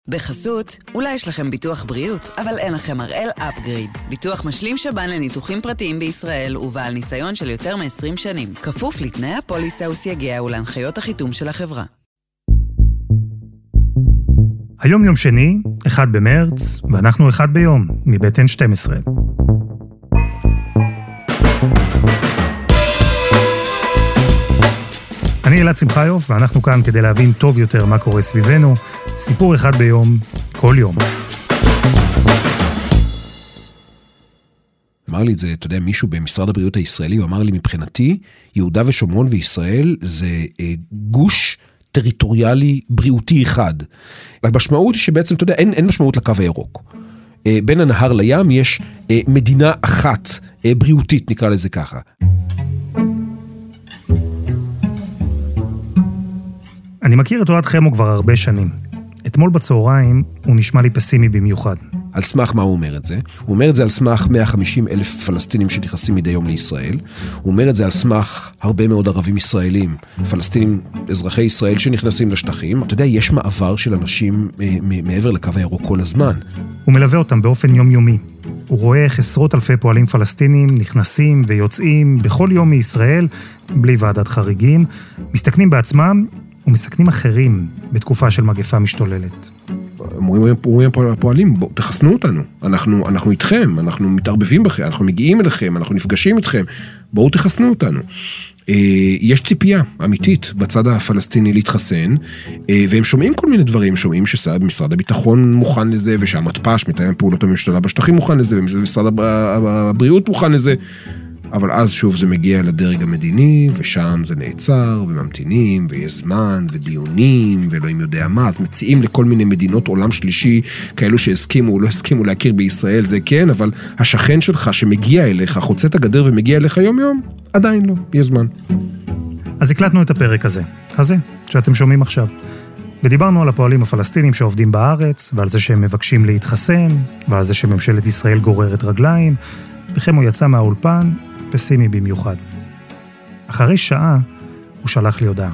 בחסות, אולי יש לכם ביטוח בריאות, אבל אין לכם הראל אפגריד. ביטוח משלים שב"ן לניתוחים פרטיים בישראל ובעל ניסיון של יותר מ-20 שנים. כפוף לתנאי הפוליסה וסייגיה ולהנחיות החיתום של החברה. היום יום שני, 1 במרץ, ואנחנו 1 ביום, מבית N12. אני אלעד שמחיוף, ואנחנו כאן כדי להבין טוב יותר מה קורה סביבנו. סיפור 1 ביום, כל יום. אמר לי את זה, אתה יודע, מישהו במשרד הבריאות הישראלי, הוא אמר לי, מבחינתי, יהודה ושומרון וישראל זה גוש טריטוריאלי בריאותי אחד. המשמעות היא שבעצם, אתה יודע, אין משמעות לקו הירוק. בין הנהר לים יש מדינה אחת, בריאותית, נקרא לזה ככה. אני מכיר את אוהד חמו כבר הרבה שנים. אתמול בצהריים הוא נשמע לי פסימי במיוחד. על סמך מה הוא אומר את זה? הוא אומר את זה על סמך 150,000 פלסטינים שנכנסים מדי יום לישראל. הוא אומר את זה על סמך הרבה מאוד ערבים ישראלים, פלסטינים, אזרחי ישראל שנכנסים לשטחים. אתה יודע, יש מעבר של אנשים מעבר לקו הירוק כל הזמן. הוא מלווה אותם באופן יומיומי. הוא רואה איך עשרות אלפי פועלים פלסטינים נכנסים ויוצאים בכל יום מישראל, בלי ועדת חריגים, מסתכנים בעצמם ומסכנים אחרים בתקופה של מגפה משתוללת. אומרים הפועלים, בואו, תחסנו אותנו. אנחנו איתכם, אנחנו מתערבבים בכם, אנחנו מגיעים אליכם, אנחנו נפגשים איתכם. בואו תחסנו אותנו. יש ציפייה אמיתית בצד הפלסטיני להתחסן, והם שומעים כל מיני דברים, שומעים שמשרד הביטחון מוכן לזה, ושהמתפ"ש, מתאם פעולות המשתלה בשטחים מוכן לזה, ומשרד הבריאות מוכן לזה. אבל אז שוב זה מגיע לדרג המדיני, ושם זה נעצר, וממתינים, ויש זמן, ודיונים, ואלוהים יודע מה, אז מציעים לכל מיני מדינות עולם שלישי, כאלו שהסכימו או לא הסכימו להכיר בישראל, זה כן, אבל השכן שלך שמגיע אליך, חוצה את הגדר ומגיע אליך יום-יום, עדיין לא, יש זמן. אז הקלטנו את הפרק הזה, שאתם שומעים עכשיו. ודיברנו על הפועלים הפלסטינים שעובדים בארץ, ועל זה שהם מבקשים להתחסן, ועל זה שממשלת ישראל גוררת רגליים, וחמו יצא מהאולפן, פסימי במיוחד. אחרי שעה הוא שלח לי הודעה.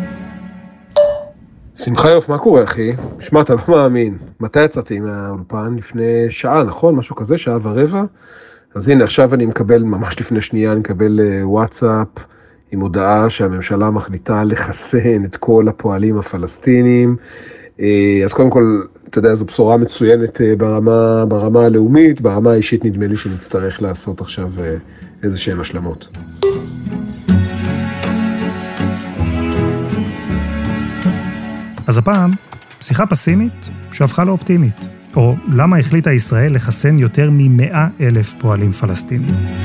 שמחיוף, מה קורה אחי? שמע, אתה לא מאמין. מתי יצאתי מהאולפן? לפני שעה, נכון? משהו כזה, שעה ורבע? אז הנה, עכשיו אני מקבל, ממש לפני שנייה, אני מקבל וואטסאפ עם הודעה שהממשלה מחליטה לחסן את כל הפועלים הפלסטינים. אז קודם כל, אתה יודע, זו בשורה מצוינת ברמה הלאומית, ברמה האישית נדמה לי שנצטרך לעשות עכשיו איזה שהן השלמות. אז הפעם, שיחה פסימית שהפכה לאופטימית. או למה החליטה ישראל לחסן יותר מ100,000 פועלים פלסטינים.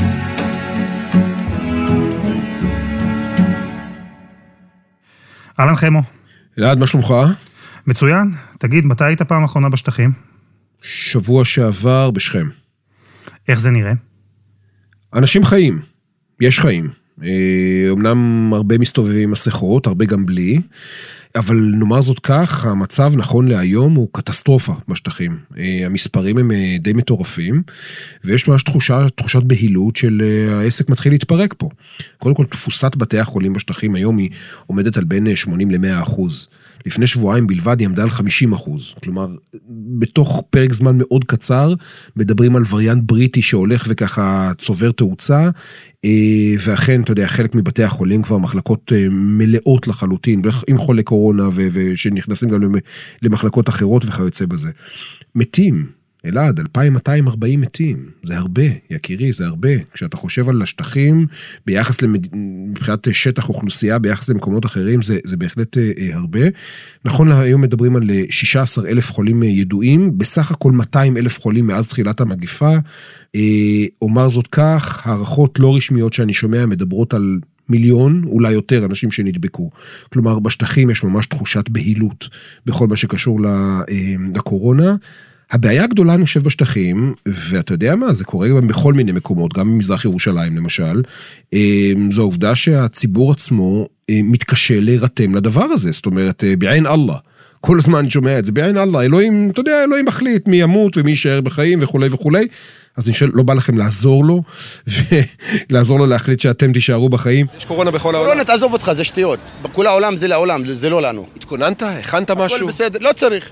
אהלן חמו. אלעד, מה שלומך? מצוין. תגיד, מתי היית פעם האחרונה בשטחים? שבוע שעבר בשכם. איך זה נראה? אנשים חיים. יש חיים. אמנם הרבה מסתובבים מסכות, הרבה גם בלי, אבל נאמר זאת כך, המצב נכון להיום הוא קטסטרופה בשטחים. המספרים הם די מטורפים, ויש ממש תחושת בהילות של העסק מתחיל להתפרק פה. קודם כל, תפוסת בתי החולים בשטחים היום היא עומדת על בין 80-100%. לפני שבועיים בלבד היא עמדה על 50%. כלומר, בתוך פרק זמן מאוד קצר, מדברים על וריאנט בריטי שהולך וככה צובר תאוצה, ואכן, אתה יודע, חלק מבתי החולים כבר מחלקות מלאות לחלוטין, עם חולי קורונה, ושנכנסים גם למחלקות אחרות וכיוצא בזה. מתים, אלעד, 2,240 מתים, זה הרבה, יקירי, זה הרבה. כשאתה חושב על השטחים, ביחס מבחינת שטח אוכלוסייה, ביחס למקומות אחרים, זה בהחלט הרבה. נכון להיום מדברים על 16,000 חולים ידועים, בסך הכל 200,000 חולים מאז תחילת המגיפה. אומר זאת כך, הערכות לא רשמיות שאני שומע מדברות על 1,000,000, אולי יותר אנשים שנדבקו. כלומר, בשטחים יש ממש תחושת בהילות בכל מה שקשור לקורונה. הבעיה הגדולה אני חושב בשטחים, ואתה יודע מה, זה קורה גם בכל מיני מקומות, גם במזרח ירושלים למשל, זו העובדה שהציבור עצמו מתקשה להירתם לדבר הזה, זאת אומרת, בעין אללה. כל הזמן אני שומע את זה, בעין אללה, אלוהים, אתה יודע, אלוהים מחליט מי ימות ומי יישאר בחיים וכולי וכולי, אז אני שואל, לא בא לכם לעזור לו, ולעזור לו להחליט שאתם תישארו בחיים? יש קורונה בכל העולם. קורונה, תעזוב אותך, זה שטויות. בכל העולם זה לעולם, זה לא לנו. התכוננת? הכנת משהו? הכל בסדר, לא צריך.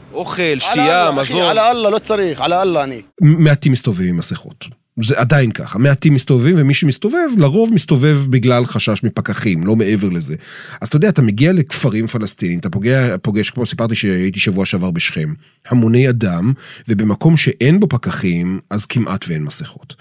אוכל, שתייה, מזון. על אללה, לא צריך, על אללה אני. מעטים מסתובבים עם מסכות. זה עדיין ככה, מעטים מסתובבים, ומי שמסתובב, לרוב מסתובב בגלל חשש מפקחים, לא מעבר לזה. אז אתה יודע, אתה מגיע לכפרים פלסטינים, אתה פוגש, כמו סיפרתי שהייתי שבוע שעבר בשכם, המוני אדם, ובמקום שאין בו פקחים, אז כמעט ואין מסכות.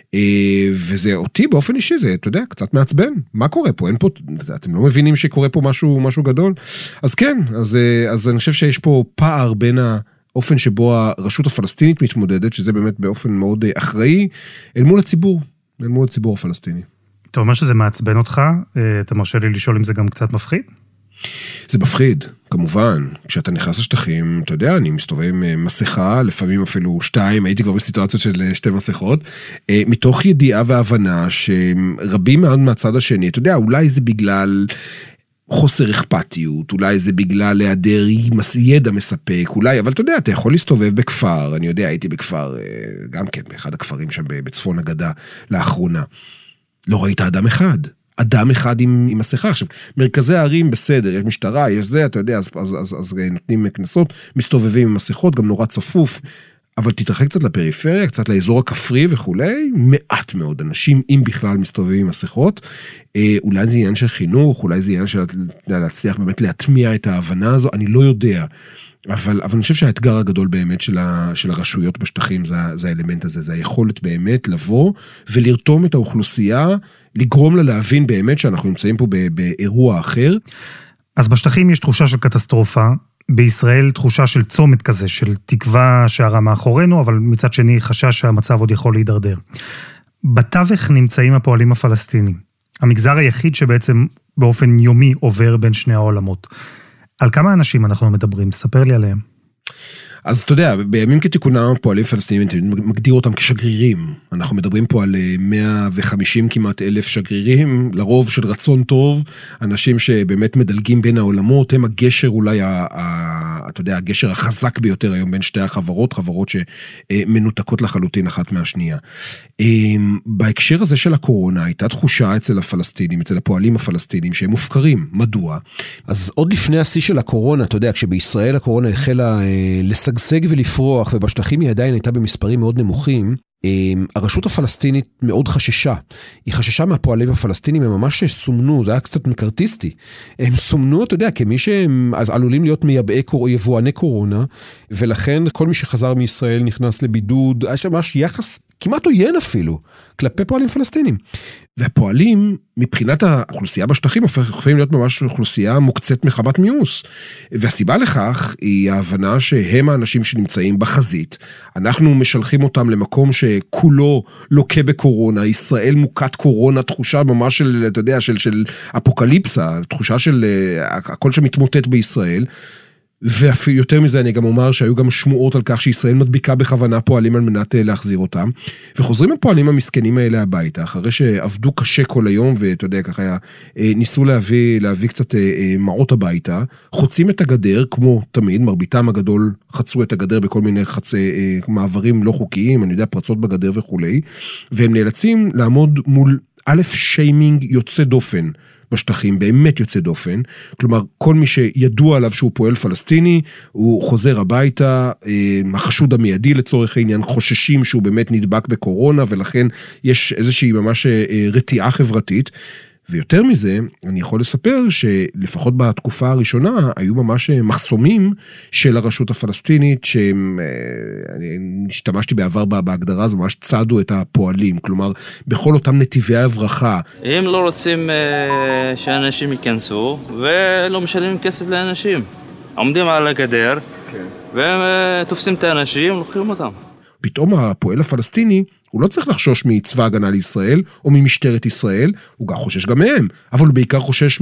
וזה אותי באופן אישי, זה, אתה יודע, קצת מעצבן. מה קורה פה? אין פה, אתם לא מבינים שקורה פה משהו גדול? אז כן, אז אני חושב שיש פה פער בין האופן שבו הרשות הפלסטינית מתמודדת, שזה באמת באופן מאוד אחראי, אל מול הציבור הפלסטיני. אתה אומר שזה מעצבן אותך, אתה מרשה לי לשאול אם זה גם קצת מפחיד? זה מפחיד, כמובן. כשאתה נכנס לשטחים, אתה יודע, אני מסתובב עם מסכה, לפעמים אפילו 2, הייתי כבר בסיטואציות של 2 מסכות, מתוך ידיעה והבנה שרבים מאוד מהצד השני, אתה יודע, אולי זה בגלל חוסר אכפתיות, אולי זה בגלל היעדר ידע מספק, אולי, אבל אתה יודע, אתה יכול להסתובב בכפר, אני יודע, הייתי בכפר, גם כן, באחד הכפרים שם בצפון הגדה לאחרונה, לא ראית אדם אחד עם מסכה. עכשיו, מרכזי הערים בסדר, יש משטרה, יש זה, אתה יודע, אז נותנים כנסות, מסתובבים עם מסכות, גם נורא צפוף, אבל תתרחק קצת לפריפריה, קצת לאזור הכפרי וכולי, מעט מאוד אנשים, אם בכלל מסתובבים עם מסכות, אולי זה עניין של חינוך, אולי זה עניין של להצליח באמת להטמיע את ההבנה הזו, אני לא יודע, אבל אני חושב שהאתגר הגדול באמת של הרשויות בשטחים, זה האלמנט הזה, זה היכולת באמת לבוא ולרתום את האוכלוסייה, לגרום לה להבין באמת שאנחנו נמצאים פה באירוע אחר. אז בשטחים יש תחושה של קטסטרופה, בישראל תחושה של צומת כזה, של תקווה שהרע מאחורינו, אבל מצד שני חשש שהמצב עוד יכול להידרדר. בתווך נמצאים הפועלים הפלסטינים, המגזר היחיד שבעצם באופן יומי עובר בין שני העולמות. על כמה אנשים אנחנו מדברים? ספר לי עליהם. אז אתה יודע, בימים כתיקונם פועלים פלסטינים, מגדיר אותם כשגרירים. אנחנו מדברים פה על 150 כמעט אלף שגרירים, לרוב של רצון טוב, אנשים שבאמת מדלגים בין העולמות, הם הגשר אולי, אתה יודע, הגשר החזק ביותר היום בין שתי החברות, חברות שמנותקות לחלוטין אחת מהשנייה. בהקשר הזה של הקורונה, הייתה תחושה אצל הפלסטינים, אצל הפועלים הפלסטינים, שהם מופקרים. מדוע? אז עוד לפני השיא של הקורונה, אתה יודע, כשבישראל הקורונה החלה לשגשג ולפרוח, ובשטחים היא עדיין הייתה במספרים מאוד נמוכים, הרשות הפלסטינית מאוד חששה. היא חששה מהפועלים הפלסטינים, הם ממש סומנו, זה היה קצת מקרטיסטי. הם סומנו, אתה יודע, כמי שהם עלולים להיות יבואני קורונה, ולכן כל מי שחזר מישראל נכנס לבידוד, היה שם ממש יחס כמעט עוין אפילו, כלפי פועלים פלסטינים. והפועלים, מבחינת האוכלוסייה בשטחים, הופכים להיות ממש אוכלוסייה מוקצת מחמת מיאוס. והסיבה לכך היא ההבנה שהם האנשים שנמצאים בחזית. אנחנו משלחים אותם למקום שכולו לוקה בקורונה, ישראל מוכת קורונה, תחושה ממש של, אתה יודע, של אפוקליפסה, תחושה של הכל שמתמוטט בישראל. ואפילו יותר מזה אני גם אומר שהיו גם שמועות על כך שישראל מדביקה בכוונה פועלים על מנת להחזיר אותם, וחוזרים הפועלים המסכנים האלה הביתה, אחרי שעבדו קשה כל היום, ואתה יודע, ככה ניסו להביא קצת מעות הביתה, חוצים את הגדר, כמו תמיד, מרביתם הגדול חצו את הגדר בכל מיני מעברים לא חוקיים, אני יודע, פרצות בגדר וכולי, והם נאלצים לעמוד מול שיימינג יוצא דופן, בשטחים, באמת יוצא דופן, כלומר, כל מי שידוע עליו שהוא פועל פלסטיני, הוא חוזר הביתה, החשוד המיידי לצורך העניין, חוששים שהוא באמת נדבק בקורונה, ולכן יש איזושהי ממש רתיעה חברתית, ויותר מזה, אני יכול לספר שלפחות בתקופה הראשונה, היו ממש מחסומים של הרשות הפלסטינית, שהשתמשתי בעבר בהגדרה, זה ממש צעדו את הפועלים, כלומר, בכל אותם נתיבי הברכה. הם לא רוצים שאנשים ייכנסו, ולא משלמים כסף לאנשים. עומדים על הגדר, והם תופסים את האנשים, לוקחים אותם. פתאום הפועל הפלסטיני, הוא לא צריך לחשוש מצבא הגנה לישראל, או ממשטרת ישראל, הוא גם חושש גם מהם, אבל הוא בעיקר חושש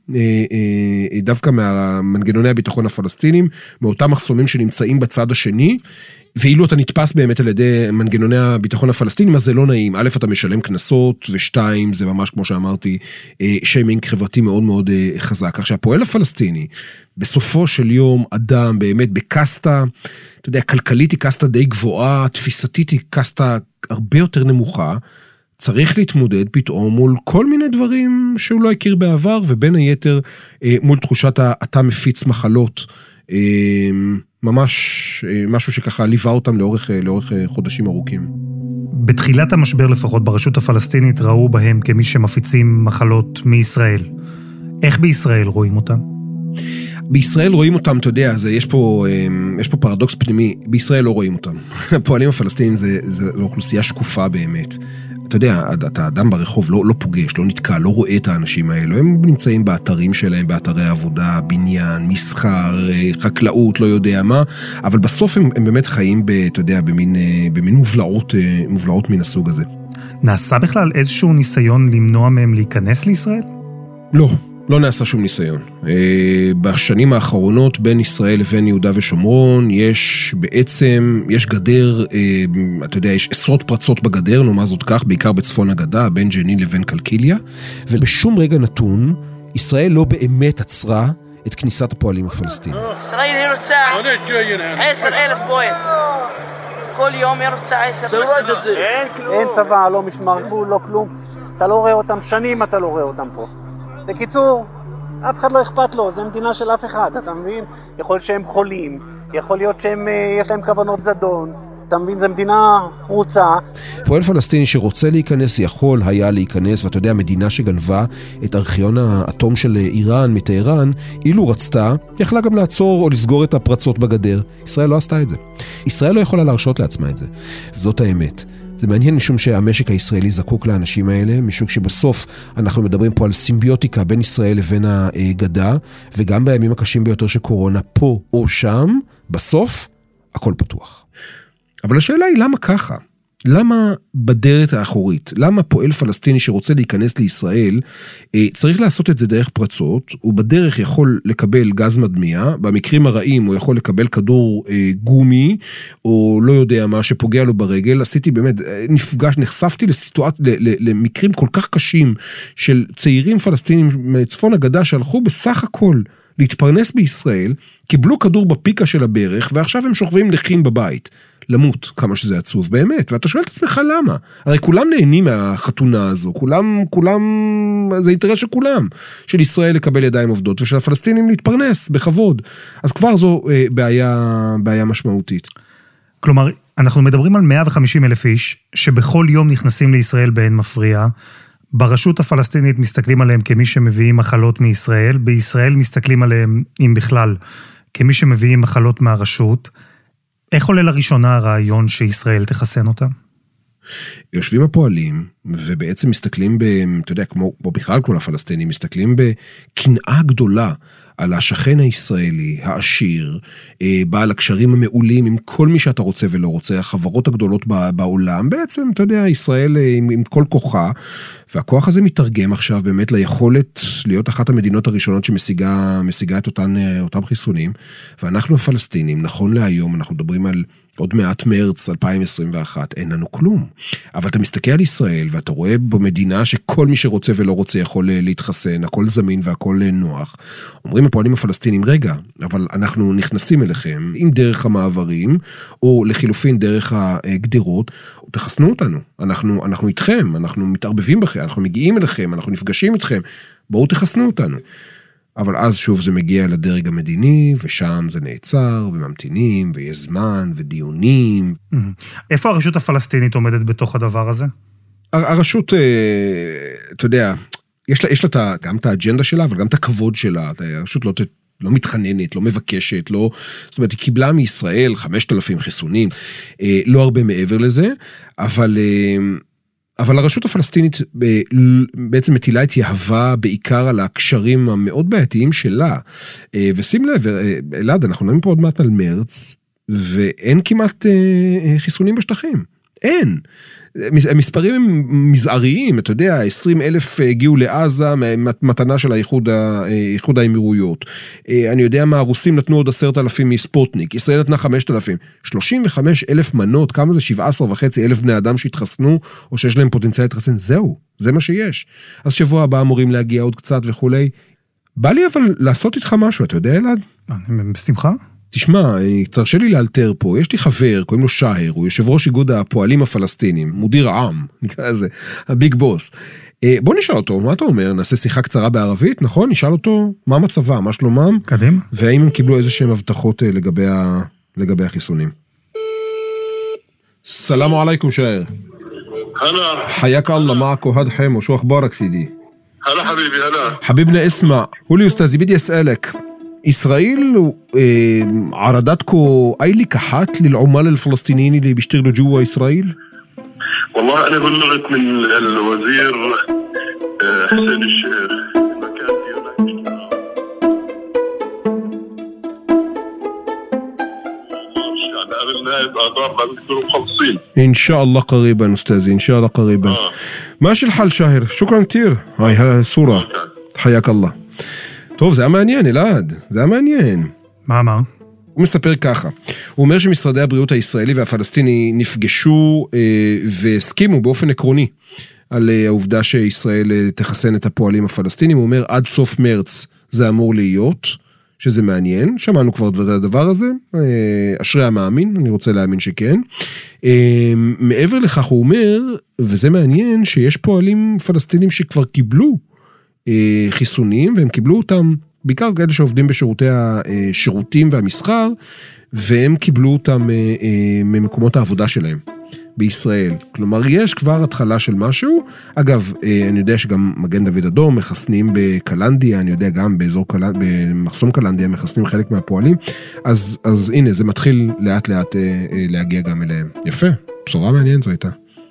דווקא מהמנגנוני הביטחון הפלסטינים, מאותם מחסומים שנמצאים בצד השני, ואילו אתה נתפס באמת על ידי מנגנוני הביטחון הפלסטינים, אז זה לא נעים. א', אתה משלם כנסות, ושתיים, זה ממש כמו שאמרתי, שיימינג חברתי מאוד מאוד חזק. כך שהפועל הפלסטיני, בסופו של יום, אדם באמת בקסטה, אתה יודע, כלכלית היא קסטה די גבוהה, תפיסתית היא קסטה הרבה יותר נמוכה, צריך להתמודד פתאום מול כל מיני דברים שהוא לא הכיר בעבר, ובין היתר מול תחושת אתה מפיץ מחלות, ממש משהו שככה ליווה אותם לאורך חודשים ארוכים. בתחילת המשבר לפחות ברשות הפלסטינית ראו בהם כמי שמפיצים מחלות מישראל. איך בישראל רואים אותם? בישראל רואים אותם, אתה יודע, יש פה פרדוקס פנימי, בישראל לא רואים אותם. הפועלים הפלסטינים זה אוכלוסייה שקופה באמת. אתה יודע, אתה אדם ברחוב לא פוגש, לא נתקע, לא רואה את האנשים האלו, הם נמצאים באתרים שלהם, באתרי עבודה, בניין, מסחר, חקלאות, לא יודע מה, אבל בסוף הם באמת חיים, אתה יודע, במין מובלעות מן הסוג הזה. נעשה בכלל איזשהו ניסיון למנוע מהם להיכנס לישראל? לא נעשה שום ניסיון. בשנים האחרונות בין ישראל לבין יהודה ושומרון יש גדר, אתה יודע, יש עשרות פרצות בגדר, נאמר זאת כך, בעיקר בצפון הגדה, בין ג'נין לבין קלקיליה. ובשום רגע נתון, ישראל לא באמת עצרה את כניסת הפועלים הפלסטינים. ישראל היא רוצה 10,000 פועל. כל יום היא רוצה 10,000. אין צבא, לא משמר גבול, לא כלום. אתה לא רואה אותם שנים, אתה לא רואה אותם פה. בקיצור, אף אחד לא אכפת לו, זה מדינה של אף אחד, אתה מבין? יכול להיות שהם חולים, יכול להיות שיש להם כוונות זדון, אתה מבין? זה מדינה פרוצה. פועל פלסטיני שרוצה להיכנס, יכול היה להיכנס, ואתה יודע, מדינה שגנבה את ארכיון האטום של איראן מטהרן, אילו רצתה, יכלה גם לעצור או לסגור את הפרצות בגדר. ישראל לא עשתה את זה. ישראל לא יכולה להרשות לעצמה את זה. זאת האמת. זה מעניין משום שהמשק הישראלי זקוק לאנשים האלה, משום שבסוף אנחנו מדברים פה על סימביוטיקה בין ישראל לבין הגדה, וגם בימים הקשים ביותר של קורונה, פה או שם, בסוף, הכל פתוח. אבל השאלה היא למה ככה? למה בדלת האחורית? למה פועל פלסטיני שרוצה להיכנס לישראל צריך לעשות את זה דרך פרצות, הוא בדרך יכול לקבל גז מדמיע, במקרים הרעים הוא יכול לקבל כדור גומי, או לא יודע מה שפוגע לו ברגל. עשיתי באמת, נחשפתי למקרים כל כך קשים של צעירים פלסטינים מצפון הגדה שהלכו בסך הכל להתפרנס בישראל, קיבלו כדור בפיקה של הברך, ועכשיו הם שוכבים נכים בבית. למות, כמה שזה עצוב באמת, ואתה שואל את עצמך למה? הרי כולם נהנים מהחתונה הזו, כולם, זה אינטרס של כולם, של ישראל לקבל ידיים עובדות, ושל הפלסטינים להתפרנס בכבוד. אז כבר זו בעיה משמעותית. כלומר, אנחנו מדברים על 150,000 איש, שבכל יום נכנסים לישראל באין מפריע, ברשות הפלסטינית מסתכלים עליהם כמי שמביאים מחלות מישראל, בישראל מסתכלים עליהם, אם בכלל, כמי שמביאים מחלות מהרשות. איך עולה לראשונה הרעיון שישראל תחסן אותם? יושבים הפועלים, ובעצם מסתכלים אתה יודע, כמו בכלל כל הפלסטינים, מסתכלים בקנאה גדולה על השכן הישראלי, העשיר, בעל הקשרים המעולים עם כל מי שאתה רוצה ולא רוצה, החברות הגדולות בעולם, בעצם, אתה יודע, ישראל עם כל כוחה, והכוח הזה מתרגם עכשיו באמת ליכולת להיות אחת המדינות הראשונות שמשיגה את אותם חיסונים, ואנחנו הפלסטינים, נכון להיום, אנחנו מדברים על עוד מעט מרץ 2021, אין לנו כלום. אבל אתה מסתכל על ישראל, ואתה רואה במדינה שכל מי שרוצה ולא רוצה יכול להתחסן, הכל זמין והכל נוח. אומרים הפועלים הפלסטינים, רגע, אבל אנחנו נכנסים אליכם, עם דרך המעברים, או לחילופין דרך הגדרות, תחסנו אותנו. אנחנו איתכם, אנחנו מתערבבים בכם, אנחנו מגיעים אליכם, אנחנו נפגשים איתכם, בואו תחסנו אותנו. אבל אז שוב זה מגיע לדרג המדיני, ושם זה נעצר, וממתינים, ויש זמן, ודיונים. איפה הרשות הפלסטינית עומדת בתוך הדבר הזה? הרשות, אתה יודע, יש לה גם את האג'נדה שלה, אבל גם את הכבוד שלה. הרשות לא מתחננת, לא מבקשת, זאת אומרת, היא קיבלה מישראל 5,000 חיסונים, לא הרבה מעבר לזה, אבל הרשות הפלסטינית בעצם מטילה את יהבה בעיקר על הקשרים המאוד בעייתיים שלה. ושים לב, אלעד, אנחנו נראים פה עוד מעט על מרץ, ואין כמעט חיסונים בשטחים. אין. המספרים הם מזעריים, אתה יודע, 20,000 הגיעו לעזה, מתנה של האיחוד האמירויות. אני יודע מה, הרוסים נתנו עוד 10,000 מספוטניק, ישראל נתנה 5,000. 35,000 מנות, כמה זה? 17,500 בני אדם שהתחסנו, או שיש להם פוטנציאל להתחסן, זהו, זה מה שיש. אז שבוע הבא אמורים להגיע עוד קצת וכולי. בא לי אבל לעשות איתך משהו, אתה יודע, אלעד? בשמחה. תשמע, תרשה לי לאלתר פה, יש לי חבר, קוראים לו שהר, הוא יושב ראש איגוד הפועלים הפלסטינים, מודיר העם, נקרא לזה, הביג בוס. בוא נשאל אותו, מה אתה אומר? נעשה שיחה קצרה בערבית, נכון? נשאל אותו מה מצבה, מה שלומם? קדימה. והאם הם קיבלו איזשהם הבטחות לגבי החיסונים. السلام عليكم شاعر. هلا. حياك الله معك وهاد حيم وشو أخبارك سيدي؟ هلا حبيبي هلا. حبيبنا اسمع قولي أستاذي بدي أسألك إسرائيل عرضتكم أي لقاحات للعمال الفلسطينيين اللي بيشتغلوا جوا إسرائيل؟ والله أنا بلغت من الوزير حسين الشيخ مكان في إن شاء الله قريبا أستاذي إن شاء الله قريبا ماشي الحال شاهر شكرا كتير هاي الصورة حياك الله טוב זה היה מעניין אלעד זה היה מעניין מה אמר? הוא מספר ככה, הוא אומר שמשרדי הבריאות הישראלי והפלסטיני נפגשו והסכימו באופן עקרוני על העובדה שישראל תחסן את הפועלים הפלסטינים, הוא אומר עד סוף מרץ זה אמור להיות, שזה מעניין, שמענו כבר את הדבר הזה, אשרי המאמין, אני רוצה להאמין שכן. מעבר לכך הוא אומר, וזה מעניין שיש פועלים פלסטינים שכבר קיבלו חיסונים, והם קיבלו אותם בעיקר כאלה שעובדים בשירותי השירותים והמסחר, והם קיבלו אותם ממקומות העבודה שלהם בישראל. כלומר, יש כבר התחלה של משהו. אגב, אני יודע שגם מגן דוד אדום מחסנים בקלנדיה, אני יודע גם במחסום קלנדיה מחסנים חלק מהפועלים, אז הנה, זה מתחיל לאט לאט להגיע גם אליהם. יפה, בשורה מעניינת זו הייתה.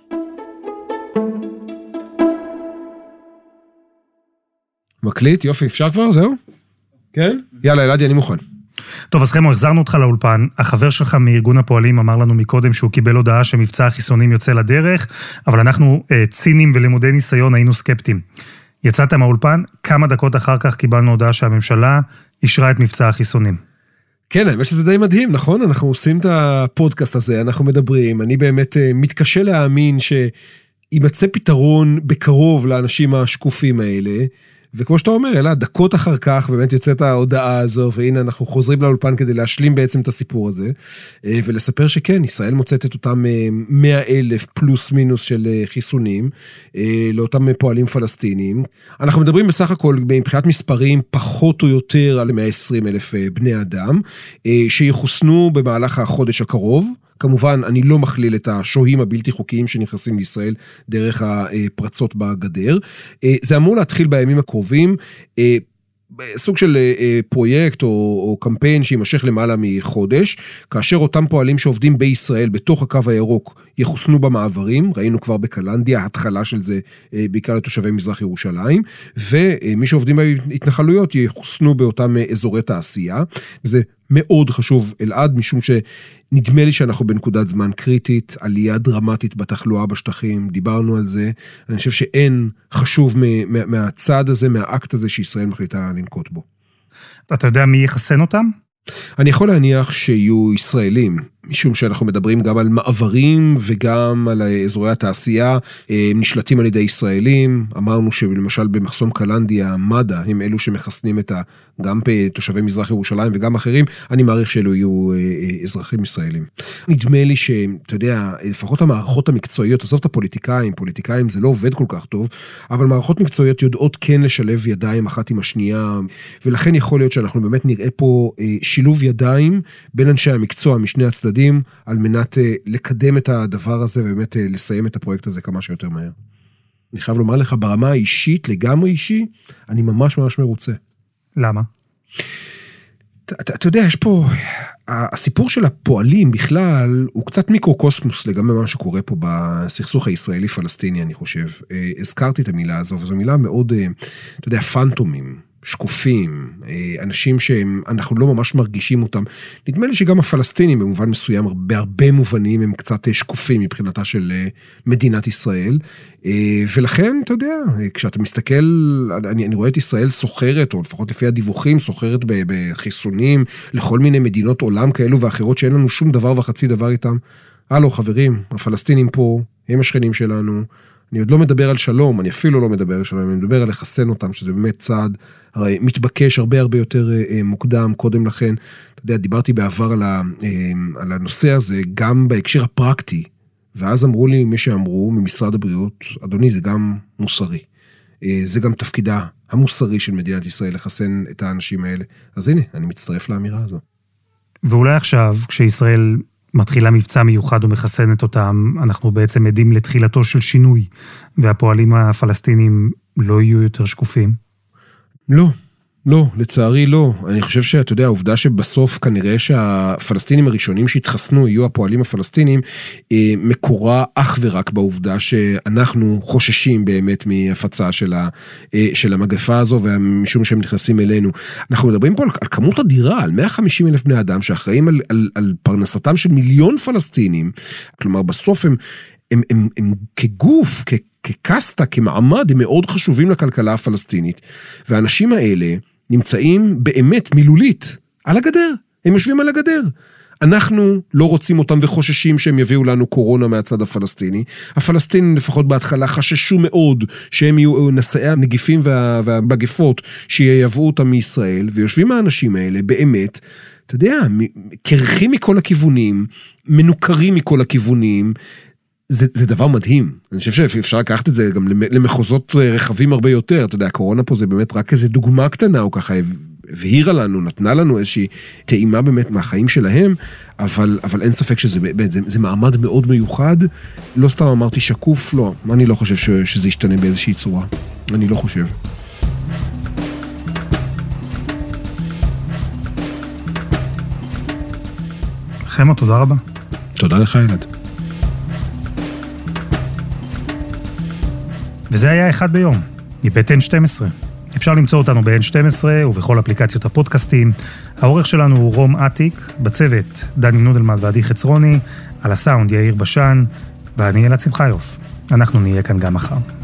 מקליט, יופי, אפשר כבר? זהו? כן? יאללה, אלעדי, אני מוכן. טוב, אז חמו, החזרנו אותך לאולפן. החבר שלך מארגון הפועלים אמר לנו מקודם שהוא קיבל הודעה שמבצע החיסונים יוצא לדרך, אבל אנחנו צינים ולמודי ניסיון היינו סקפטיים. יצאת מהאולפן, כמה דקות אחר כך קיבלנו הודעה שהממשלה אישרה את מבצע החיסונים. כן, האמת שזה די מדהים, נכון? אנחנו עושים את הפודקאסט הזה, אנחנו מדברים, אני באמת מתקשה להאמין שימצא פתרון בקרוב לאנשים השקופים האלה, וכמו שאתה אומר, אלא דקות אחר כך באמת יוצאת ההודעה הזו, והנה אנחנו חוזרים לאולפן כדי להשלים בעצם את הסיפור הזה, ולספר שכן, ישראל מוצאת את אותם 100,000 פלוס מינוס של חיסונים, לאותם פועלים פלסטינים. אנחנו מדברים בסך הכל, מבחינת מספרים, פחות או יותר על 120,000 בני אדם, שיחוסנו במהלך החודש הקרוב, כמובן, אני לא מכליל את השוהים הבלתי חוקיים שנכנסים לישראל דרך הפרצות בגדר. זה אמור להתחיל בימים הקרובים, סוג של פרויקט או קמפיין שימשך למעלה מחודש, כאשר אותם פועלים שעובדים בישראל בתוך הקו הירוק יחוסנו במעברים, ראינו כבר בקלנדיה, התחלה של זה בעיקר לתושבי מזרח ירושלים, ומי שעובדים בהתנחלויות יחוסנו באותם אזורי תעשייה. זה מאוד חשוב אלעד, משום שנדמה לי שאנחנו בנקודת זמן קריטית, עלייה דרמטית בתחלואה בשטחים, דיברנו על זה, אני חושב שאין חשוב מהצעד הזה, מהאקט הזה שישראל מחליטה לנקוט בו. אתה יודע מי יחסן אותם? אני יכול להניח שיהיו ישראלים, משום שאנחנו מדברים גם על מעברים וגם על אזורי התעשייה, נשלטים על ידי ישראלים, אמרנו שלמשל במחסום קלנדיה, מד"א, הם אלו שמחסנים גם תושבי מזרח ירושלים וגם אחרים, אני מעריך שאלו יהיו אזרחים ישראלים. נדמה לי שאתה יודע, לפחות המערכות המקצועיות, עזוב את הפוליטיקאים, פוליטיקאים זה לא עובד כל כך טוב, אבל מערכות מקצועיות יודעות כן לשלב ידיים אחת עם השנייה, ולכן יכול להיות שאנחנו באמת נראה פה שילוב ידיים בין אנשי המקצוע משני הצדדים, על מנת לקדם את הדבר הזה, ובאמת לסיים את הפרויקט הזה כמה שיותר מהר. אני חייב לומר לך, ברמה האישית, לגמרי אישי, אני ממש ממש מרוצה. למה? אתה יודע, יש פה, הסיפור של הפועלים בכלל, הוא קצת מיקרוקוסמוס לגמרי מה שקורה פה בסכסוך הישראלי-פלסטיני, אני חושב. הזכרתי את המילה הזו, וזו מילה מאוד, אתה יודע, פנטומים. שקופים, אנשים שאנחנו לא ממש מרגישים אותם. נדמה לי שגם הפלסטינים במובן מסוים, בהרבה מובנים הם קצת שקופים מבחינתה של מדינת ישראל, ולכן, אתה יודע, כשאתה מסתכל, אני רואה את ישראל סוחרת, או לפחות לפי הדיווחים, סוחרת בחיסונים, לכל מיני מדינות עולם כאלו ואחרות, שאין לנו שום דבר וחצי דבר איתם. הלו חברים, הפלסטינים פה, הם השכנים שלנו, אני עוד לא מדבר על שלום, אני אפילו לא מדבר על שלום, אני מדבר על לחסן אותם, שזה באמת צעד הרי מתבקש הרבה יותר מוקדם, קודם לכן, אתה יודע, דיברתי בעבר על הנושא הזה, גם בהקשר הפרקטי, ואז אמרו לי מי שאמרו ממשרד הבריאות, אדוני, זה גם מוסרי. זה גם תפקידה המוסרי של מדינת ישראל לחסן את האנשים האלה. אז הנה, אני מצטרף לאמירה הזו. ואולי עכשיו, כשישראל מתחילה מבצע מיוחד ומחסנת אותם, אנחנו בעצם עדים לתחילתו של שינוי, והפועלים הפלסטינים לא יהיו יותר שקופים? לא, לצערי לא. אני חושב שאתה יודע, העובדה שבסוף כנראה שהפלסטינים הראשונים שהתחסנו יהיו הפועלים הפלסטינים, מקורה אך ורק בעובדה שאנחנו חוששים באמת מהפצה של המגפה הזו, ומשום שהם נכנסים אלינו. אנחנו מדברים פה על כמות אדירה, על 150,000 בני אדם שאחראים על פרנסתם של מיליון פלסטינים. כלומר, בסוף הם כגוף, כקסטה, כמעמד, הם מאוד חשובים לכלכלה הפלסטינית. והאנשים האלה נמצאים באמת מילולית על הגדר. הם יושבים על הגדר. אנחנו לא רוצים אותם וחוששים שהם יביאו לנו קורונה מהצד הפלסטיני. הפלסטינים לפחות בהתחלה חששו מאוד שהם יהיו נשאי הנגיפים והמגפות שיבואו אותם מישראל, ויושבים האנשים האלה באמת, אתה יודע, קרחים מכל הכיוונים, מנוכרים מכל הכיוונים, זה דבר מדהים. אני חושב שאפשר לקחת את זה גם למחוזות רחבים הרבה יותר. אתה יודע, הקורונה פה זה באמת רק איזו דוגמה קטנה, או ככה הבהירה לנו, נתנה לנו איזושהי טעימה באמת מהחיים שלהם, אבל אין ספק שזה באמת, זה מעמד מאוד מיוחד. לא סתם אמרתי שקוף, לא. אני לא חושב שזה ישתנה באיזושהי צורה. אני לא חושב. חמו, תודה רבה. תודה לך, ילד. וזה היה אחד ביום, מבית N12. אפשר למצוא אותנו ב-N12 ובכל אפליקציות הפודקאסטים. העורך שלנו הוא רום עתיק, בצוות דני נודלמן ועדי חצרוני, על הסאונד יאיר בשן, ואני אלעד שמחיוף. אנחנו נהיה כאן גם מחר.